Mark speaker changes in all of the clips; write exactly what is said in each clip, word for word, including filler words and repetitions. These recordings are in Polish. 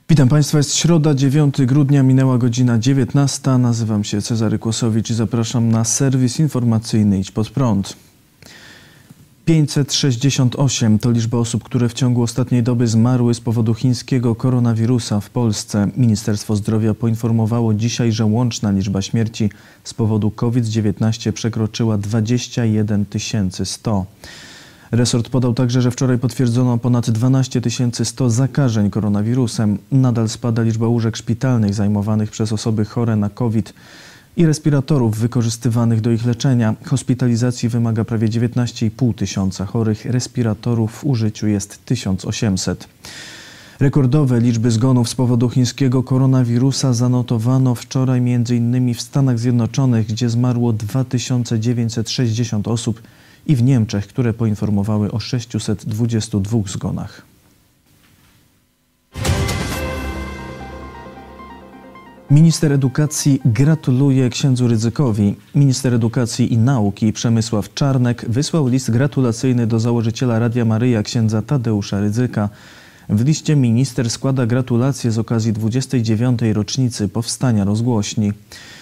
Speaker 1: Witam Państwa, jest środa, dziewiątego grudnia, minęła godzina dziewiętnasta. Nazywam się Cezary Kłosowicz i zapraszam na serwis informacyjny Idź Pod Prąd. pięćset sześćdziesiąt osiem to liczba osób, które w ciągu ostatniej doby zmarły z powodu chińskiego koronawirusa w Polsce. Ministerstwo Zdrowia poinformowało dzisiaj, że łączna liczba śmierci z powodu COVID dziewiętnaście przekroczyła dwadzieścia jeden tysięcy sto. Resort podał także, że wczoraj potwierdzono ponad dwanaście tysięcy sto zakażeń koronawirusem. Nadal spada liczba łóżek szpitalnych zajmowanych przez osoby chore na COVID i respiratorów wykorzystywanych do ich leczenia. Hospitalizacji wymaga prawie dziewiętnaście i pół tysiąca chorych. Respiratorów w użyciu jest tysiąc osiemset. Rekordowe liczby zgonów z powodu chińskiego koronawirusa zanotowano wczoraj między innymi w Stanach Zjednoczonych, gdzie zmarło dwa tysiące dziewięćset sześćdziesiąt osób, i w Niemczech, które poinformowały o sześciuset dwudziestu dwóch zgonach. Minister edukacji gratuluje księdzu Rydzykowi. Minister edukacji i nauki Przemysław Czarnek wysłał list gratulacyjny do założyciela Radia Maryja księdza Tadeusza Rydzyka. W liście minister składa gratulacje z okazji dwudziestej dziewiątej rocznicy powstania rozgłośni.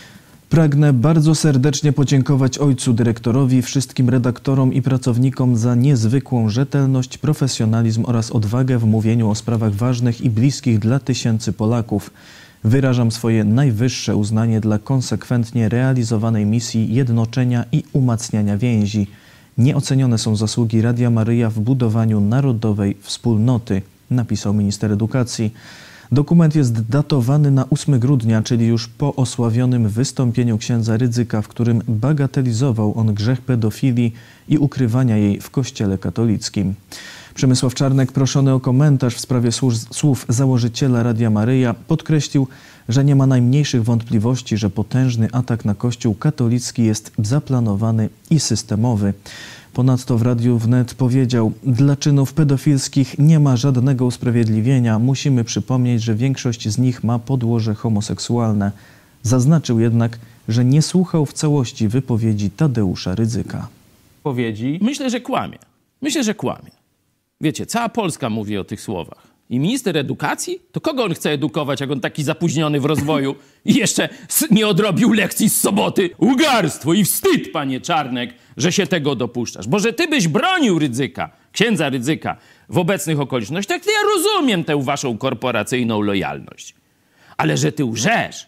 Speaker 1: Pragnę bardzo serdecznie podziękować ojcu dyrektorowi, wszystkim redaktorom i pracownikom za niezwykłą rzetelność, profesjonalizm oraz odwagę w mówieniu o sprawach ważnych i bliskich dla tysięcy Polaków. Wyrażam swoje najwyższe uznanie dla konsekwentnie realizowanej misji jednoczenia i umacniania więzi. Nieocenione są zasługi Radia Maryja w budowaniu narodowej wspólnoty, napisał minister edukacji. Dokument jest datowany na ósmego grudnia, czyli już po osławionym wystąpieniu księdza Rydzyka, w którym bagatelizował on grzech pedofilii i ukrywania jej w Kościele katolickim. Przemysław Czarnek, proszony o komentarz w sprawie słów założyciela Radia Maryja, podkreślił, że nie ma najmniejszych wątpliwości, że potężny atak na Kościół katolicki jest zaplanowany i systemowy. Ponadto w Radiu Wnet powiedział: dla czynów pedofilskich nie ma żadnego usprawiedliwienia. Musimy przypomnieć, że większość z nich ma podłoże homoseksualne. Zaznaczył jednak, że nie słuchał w całości wypowiedzi Tadeusza Rydzyka.
Speaker 2: Myślę, że kłamie. Myślę, że kłamie. Wiecie, cała Polska mówi o tych słowach. I minister edukacji? To kogo on chce edukować, jak on taki zapóźniony w rozwoju i jeszcze nie odrobił lekcji z soboty? Ugarstwo i wstyd, panie Czarnek, że się tego dopuszczasz. Bo że ty byś bronił Rydzyka, księdza Rydzyka w obecnych okolicznościach, to ja rozumiem tę waszą korporacyjną lojalność. Ale że ty łżesz,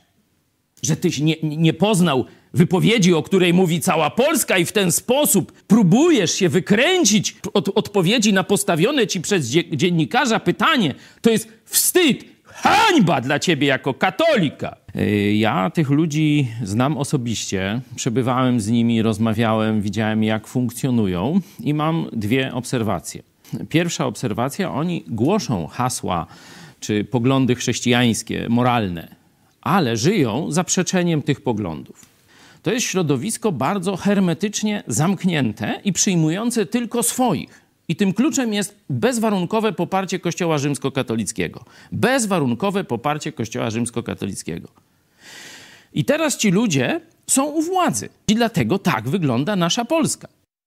Speaker 2: że tyś nie, nie poznał wypowiedzi, o której mówi cała Polska i w ten sposób próbujesz się wykręcić od odpowiedzi na postawione ci przez dziennikarza pytanie, to jest wstyd, hańba dla ciebie jako katolika. Ja tych ludzi znam osobiście, przebywałem z nimi, rozmawiałem, widziałem jak funkcjonują i mam dwie obserwacje. Pierwsza obserwacja, oni głoszą hasła czy poglądy chrześcijańskie, moralne, ale żyją zaprzeczeniem tych poglądów. To jest środowisko bardzo hermetycznie zamknięte i przyjmujące tylko swoich. I tym kluczem jest bezwarunkowe poparcie Kościoła rzymskokatolickiego. Bezwarunkowe poparcie Kościoła rzymskokatolickiego. I teraz ci ludzie są u władzy. I dlatego tak wygląda nasza Polska.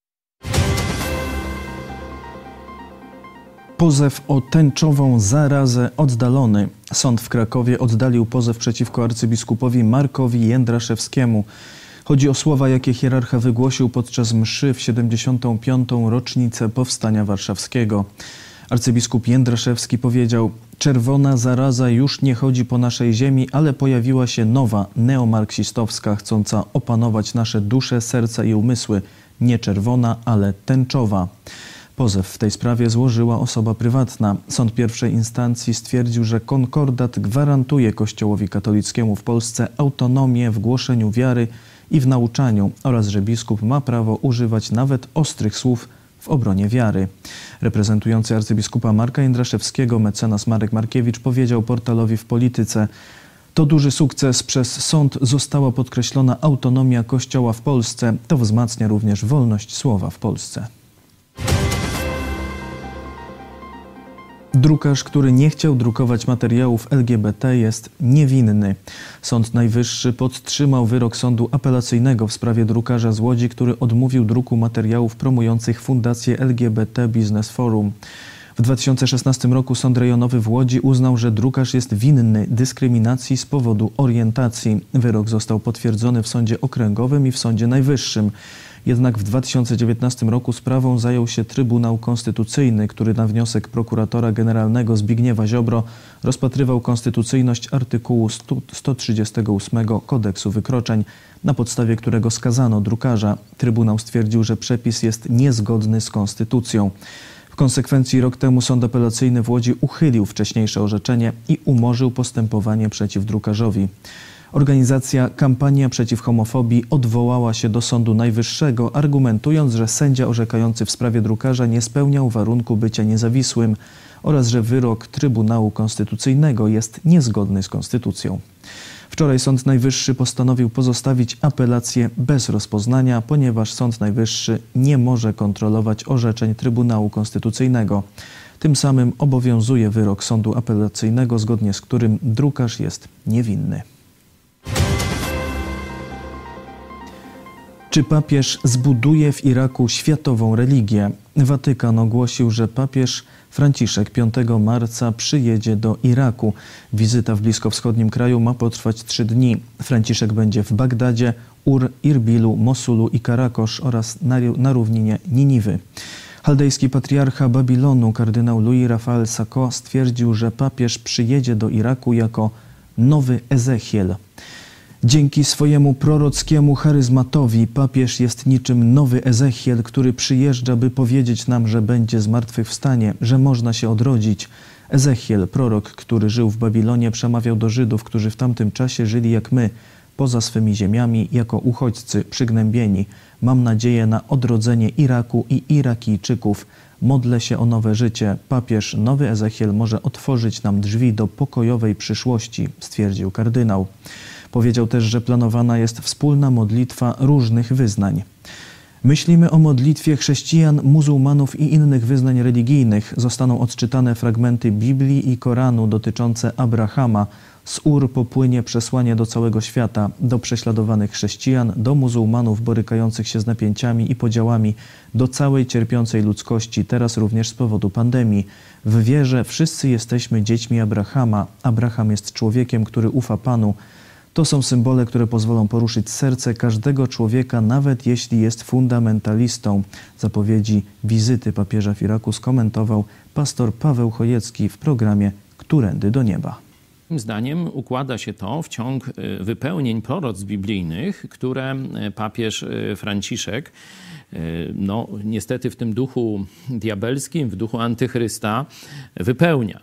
Speaker 1: Pozew o tęczową zarazę oddalony. Sąd w Krakowie oddalił pozew przeciwko arcybiskupowi Markowi Jędraszewskiemu. Chodzi o słowa, jakie hierarcha wygłosił podczas mszy w siedemdziesiątą piątą rocznicę Powstania Warszawskiego. Arcybiskup Jędraszewski powiedział: czerwona zaraza już nie chodzi po naszej ziemi, ale pojawiła się nowa, neomarksistowska, chcąca opanować nasze dusze, serca i umysły. Nie czerwona, ale tęczowa. Pozew w tej sprawie złożyła osoba prywatna. Sąd pierwszej instancji stwierdził, że konkordat gwarantuje Kościołowi katolickiemu w Polsce autonomię w głoszeniu wiary i w nauczaniu oraz że biskup ma prawo używać nawet ostrych słów w obronie wiary. Reprezentujący arcybiskupa Marka Jędraszewskiego mecenas Marek Markiewicz powiedział portalowi W Polityce: to duży sukces. Przez sąd została podkreślona autonomia Kościoła w Polsce. To wzmacnia również wolność słowa w Polsce. Drukarz, który nie chciał drukować materiałów L G B T, jest niewinny. Sąd Najwyższy podtrzymał wyrok sądu apelacyjnego w sprawie drukarza z Łodzi, który odmówił druku materiałów promujących Fundację L G B T Business Forum. W dwa tysiące szesnastym roku Sąd Rejonowy w Łodzi uznał, że drukarz jest winny dyskryminacji z powodu orientacji. Wyrok został potwierdzony w Sądzie Okręgowym i w Sądzie Najwyższym. Jednak w dwa tysiące dziewiętnastym roku sprawą zajął się Trybunał Konstytucyjny, który na wniosek prokuratora generalnego Zbigniewa Ziobro rozpatrywał konstytucyjność artykułu sto trzydziestego ósmego Kodeksu Wykroczeń, na podstawie którego skazano drukarza. Trybunał stwierdził, że przepis jest niezgodny z konstytucją. W konsekwencji rok temu Sąd Apelacyjny w Łodzi uchylił wcześniejsze orzeczenie i umorzył postępowanie przeciw drukarzowi. Organizacja Kampania Przeciw Homofobii odwołała się do Sądu Najwyższego, argumentując, że sędzia orzekający w sprawie drukarza nie spełniał warunku bycia niezawisłym oraz że wyrok Trybunału Konstytucyjnego jest niezgodny z konstytucją. Wczoraj Sąd Najwyższy postanowił pozostawić apelację bez rozpoznania, ponieważ Sąd Najwyższy nie może kontrolować orzeczeń Trybunału Konstytucyjnego. Tym samym obowiązuje wyrok Sądu Apelacyjnego, zgodnie z którym drukarz jest niewinny. Czy papież zbuduje w Iraku światową religię? Watykan ogłosił, że papież Franciszek piątego marca przyjedzie do Iraku. Wizyta w bliskowschodnim kraju ma potrwać trzy dni. Franciszek będzie w Bagdadzie, Ur, Irbilu, Mosulu i Karakosz oraz na, na równinie Niniwy. Chaldejski patriarcha Babilonu, kardynał Louis Raphael Sako, stwierdził, że papież przyjedzie do Iraku jako nowy Ezechiel. Dzięki swojemu prorockiemu charyzmatowi papież jest niczym nowy Ezechiel, który przyjeżdża, by powiedzieć nam, że będzie zmartwychwstanie, że można się odrodzić. Ezechiel, prorok, który żył w Babilonie, przemawiał do Żydów, którzy w tamtym czasie żyli jak my, poza swymi ziemiami, jako uchodźcy, przygnębieni. Mam nadzieję na odrodzenie Iraku i Irakijczyków. Modlę się o nowe życie. Papież, nowy Ezechiel, może otworzyć nam drzwi do pokojowej przyszłości, stwierdził kardynał. Powiedział też, że planowana jest wspólna modlitwa różnych wyznań. Myślimy o modlitwie chrześcijan, muzułmanów i innych wyznań religijnych. Zostaną odczytane fragmenty Biblii i Koranu dotyczące Abrahama. Z Ur popłynie przesłanie do całego świata, do prześladowanych chrześcijan, do muzułmanów borykających się z napięciami i podziałami, do całej cierpiącej ludzkości, teraz również z powodu pandemii. W wierze wszyscy jesteśmy dziećmi Abrahama. Abraham jest człowiekiem, który ufa Panu. To są symbole, które pozwolą poruszyć serce każdego człowieka, nawet jeśli jest fundamentalistą. Zapowiedzi wizyty papieża w Iraku skomentował pastor Paweł Chojecki w programie Którędy do nieba.
Speaker 2: Moim zdaniem układa się to w ciąg wypełnień proroctw biblijnych, które papież Franciszek, no niestety w tym duchu diabelskim, w duchu antychrysta, wypełnia.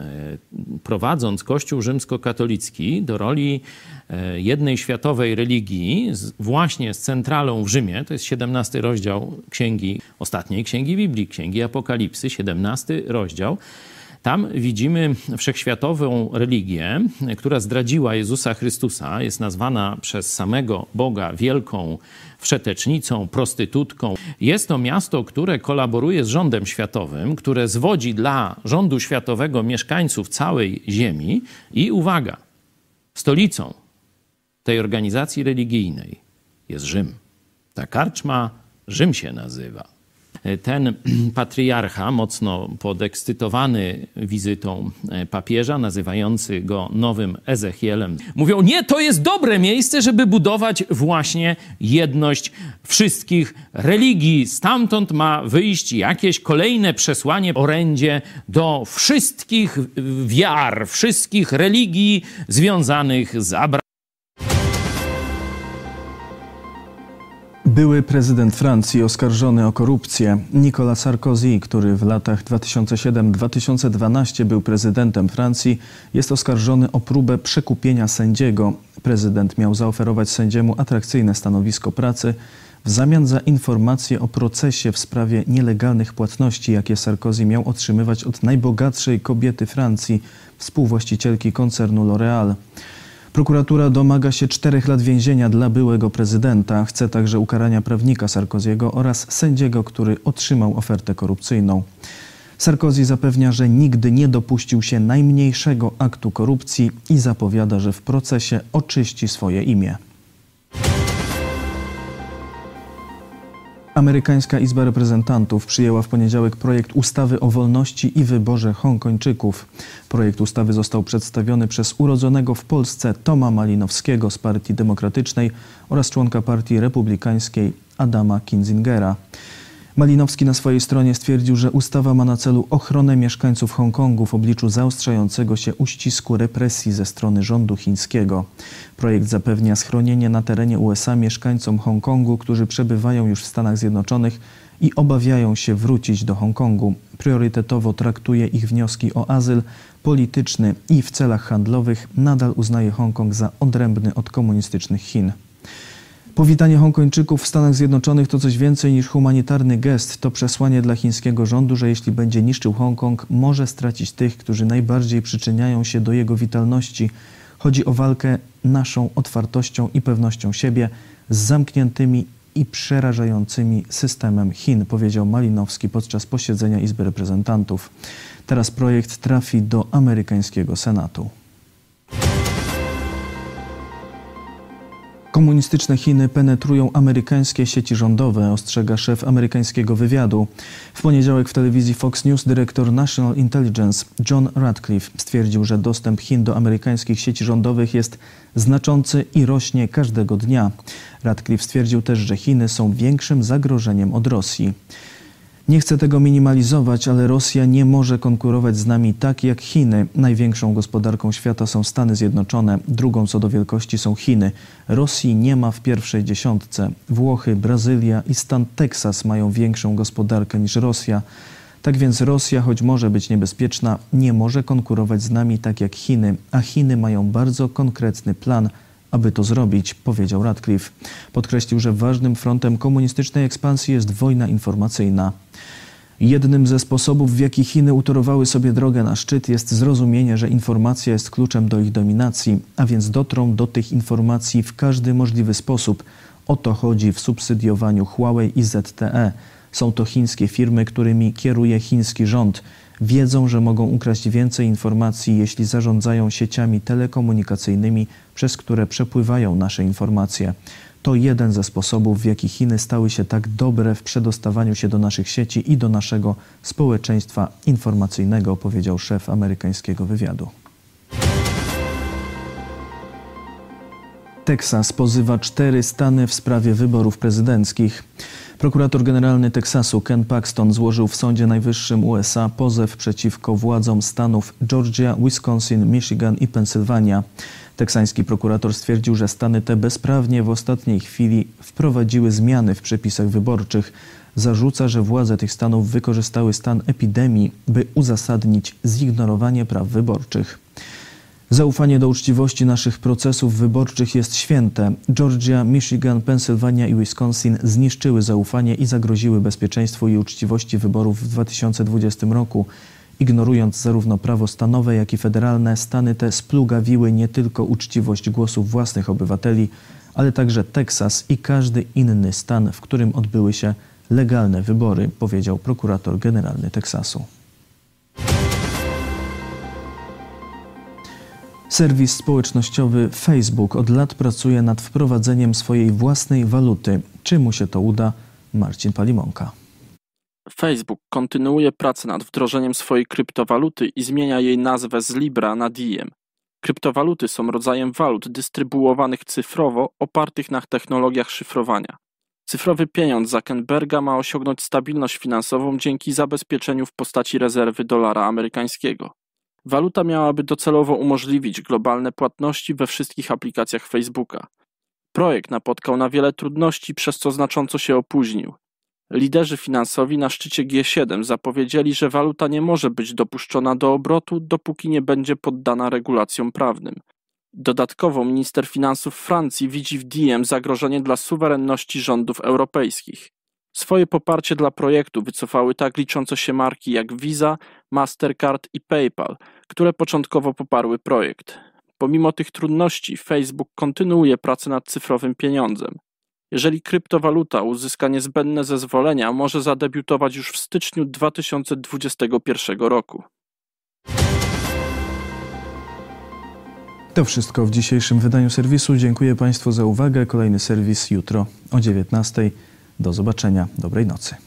Speaker 2: Prowadząc Kościół rzymskokatolicki do roli jednej światowej religii, właśnie z centralą w Rzymie, to jest siedemnasty rozdział księgi, ostatniej księgi Biblii, księgi Apokalipsy, siedemnasty rozdział. Tam widzimy wszechświatową religię, która zdradziła Jezusa Chrystusa, jest nazwana przez samego Boga wielką wszetecznicą, prostytutką. Jest to miasto, które kolaboruje z rządem światowym, które zwodzi dla rządu światowego mieszkańców całej ziemi i uwaga, stolicą tej organizacji religijnej jest Rzym. Ta karczma Rzym się nazywa. Ten patriarcha, mocno podekscytowany wizytą papieża, nazywający go nowym Ezechielem, mówią, nie, to jest dobre miejsce, żeby budować właśnie jedność wszystkich religii. Stamtąd ma wyjść jakieś kolejne przesłanie, orędzie do wszystkich wiar, wszystkich religii związanych z Abrahamem.
Speaker 1: Były prezydent Francji oskarżony o korupcję. Nicolas Sarkozy, który w latach dwa tysiące siódmym do dwa tysiące dwunastego był prezydentem Francji, jest oskarżony o próbę przekupienia sędziego. Prezydent miał zaoferować sędziemu atrakcyjne stanowisko pracy w zamian za informacje o procesie w sprawie nielegalnych płatności, jakie Sarkozy miał otrzymywać od najbogatszej kobiety Francji, współwłaścicielki koncernu L'Oréal. Prokuratura domaga się czterech lat więzienia dla byłego prezydenta. Chce także ukarania prawnika Sarkozy'ego oraz sędziego, który otrzymał ofertę korupcyjną. Sarkozy zapewnia, że nigdy nie dopuścił się najmniejszego aktu korupcji i zapowiada, że w procesie oczyści swoje imię. Amerykańska Izba Reprezentantów przyjęła w poniedziałek projekt ustawy o wolności i wyborze Hongkończyków. Projekt ustawy został przedstawiony przez urodzonego w Polsce Toma Malinowskiego z Partii Demokratycznej oraz członka Partii Republikańskiej Adama Kinzingera. Malinowski na swojej stronie stwierdził, że ustawa ma na celu ochronę mieszkańców Hongkongu w obliczu zaostrzającego się uścisku represji ze strony rządu chińskiego. Projekt zapewnia schronienie na terenie U S A mieszkańcom Hongkongu, którzy przebywają już w Stanach Zjednoczonych i obawiają się wrócić do Hongkongu. Priorytetowo traktuje ich wnioski o azyl polityczny i w celach handlowych nadal uznaje Hongkong za odrębny od komunistycznych Chin. Powitanie Hongkończyków w Stanach Zjednoczonych to coś więcej niż humanitarny gest. To przesłanie dla chińskiego rządu, że jeśli będzie niszczył Hongkong, może stracić tych, którzy najbardziej przyczyniają się do jego witalności. Chodzi o walkę naszą otwartością i pewnością siebie z zamkniętymi i przerażającymi systemem Chin, powiedział Malinowski podczas posiedzenia Izby Reprezentantów. Teraz projekt trafi do amerykańskiego Senatu. Komunistyczne Chiny penetrują amerykańskie sieci rządowe, ostrzega szef amerykańskiego wywiadu. W poniedziałek w telewizji Fox News dyrektor National Intelligence John Ratcliffe stwierdził, że dostęp Chin do amerykańskich sieci rządowych jest znaczący i rośnie każdego dnia. Ratcliffe stwierdził też, że Chiny są większym zagrożeniem od Rosji. Nie chcę tego minimalizować, ale Rosja nie może konkurować z nami tak jak Chiny. Największą gospodarką świata są Stany Zjednoczone, drugą co do wielkości są Chiny. Rosji nie ma w pierwszej dziesiątce. Włochy, Brazylia i stan Teksas mają większą gospodarkę niż Rosja. Tak więc Rosja, choć może być niebezpieczna, nie może konkurować z nami tak jak Chiny, a Chiny mają bardzo konkretny plan, aby to zrobić, powiedział Ratcliffe. Podkreślił, że ważnym frontem komunistycznej ekspansji jest wojna informacyjna. Jednym ze sposobów, w jaki Chiny utorowały sobie drogę na szczyt, jest zrozumienie, że informacja jest kluczem do ich dominacji, a więc dotrą do tych informacji w każdy możliwy sposób. O to chodzi w subsydiowaniu Huawei i Z T E. Są to chińskie firmy, którymi kieruje chiński rząd. Wiedzą, że mogą ukraść więcej informacji, jeśli zarządzają sieciami telekomunikacyjnymi, przez które przepływają nasze informacje. To jeden ze sposobów, w jaki Chiny stały się tak dobre w przedostawaniu się do naszych sieci i do naszego społeczeństwa informacyjnego, powiedział szef amerykańskiego wywiadu. Teksas pozywa cztery stany w sprawie wyborów prezydenckich. Prokurator generalny Teksasu Ken Paxton złożył w Sądzie Najwyższym U S A pozew przeciwko władzom stanów Georgia, Wisconsin, Michigan i Pensylwania. Teksański prokurator stwierdził, że stany te bezprawnie w ostatniej chwili wprowadziły zmiany w przepisach wyborczych. Zarzuca, że władze tych stanów wykorzystały stan epidemii, by uzasadnić zignorowanie praw wyborczych. Zaufanie do uczciwości naszych procesów wyborczych jest święte. Georgia, Michigan, Pensylwania i Wisconsin zniszczyły zaufanie i zagroziły bezpieczeństwu i uczciwości wyborów w dwa tysiące dwudziestym roku. Ignorując zarówno prawo stanowe, jak i federalne, stany te splugawiły nie tylko uczciwość głosów własnych obywateli, ale także Teksas i każdy inny stan, w którym odbyły się legalne wybory, powiedział prokurator generalny Teksasu. Serwis społecznościowy Facebook od lat pracuje nad wprowadzeniem swojej własnej waluty. Czy mu się to uda? Marcin Palimonka.
Speaker 3: Facebook kontynuuje pracę nad wdrożeniem swojej kryptowaluty i zmienia jej nazwę z Libra na Diem. Kryptowaluty są rodzajem walut dystrybuowanych cyfrowo, opartych na technologiach szyfrowania. Cyfrowy pieniądz Zuckerberga ma osiągnąć stabilność finansową dzięki zabezpieczeniu w postaci rezerwy dolara amerykańskiego. Waluta miałaby docelowo umożliwić globalne płatności we wszystkich aplikacjach Facebooka. Projekt napotkał na wiele trudności, przez co znacząco się opóźnił. Liderzy finansowi na szczycie G siedem zapowiedzieli, że waluta nie może być dopuszczona do obrotu, dopóki nie będzie poddana regulacjom prawnym. Dodatkowo minister finansów Francji widzi w Diem zagrożenie dla suwerenności rządów europejskich. Swoje poparcie dla projektu wycofały tak liczące się marki jak Visa, Mastercard i PayPal, które początkowo poparły projekt. Pomimo tych trudności Facebook kontynuuje pracę nad cyfrowym pieniądzem. Jeżeli kryptowaluta uzyska niezbędne zezwolenia, może zadebiutować już w styczniu dwa tysiące dwudziestego pierwszego roku.
Speaker 1: To wszystko w dzisiejszym wydaniu serwisu. Dziękuję Państwu za uwagę. Kolejny serwis jutro o dziewiętnastej. Do zobaczenia. Dobrej nocy.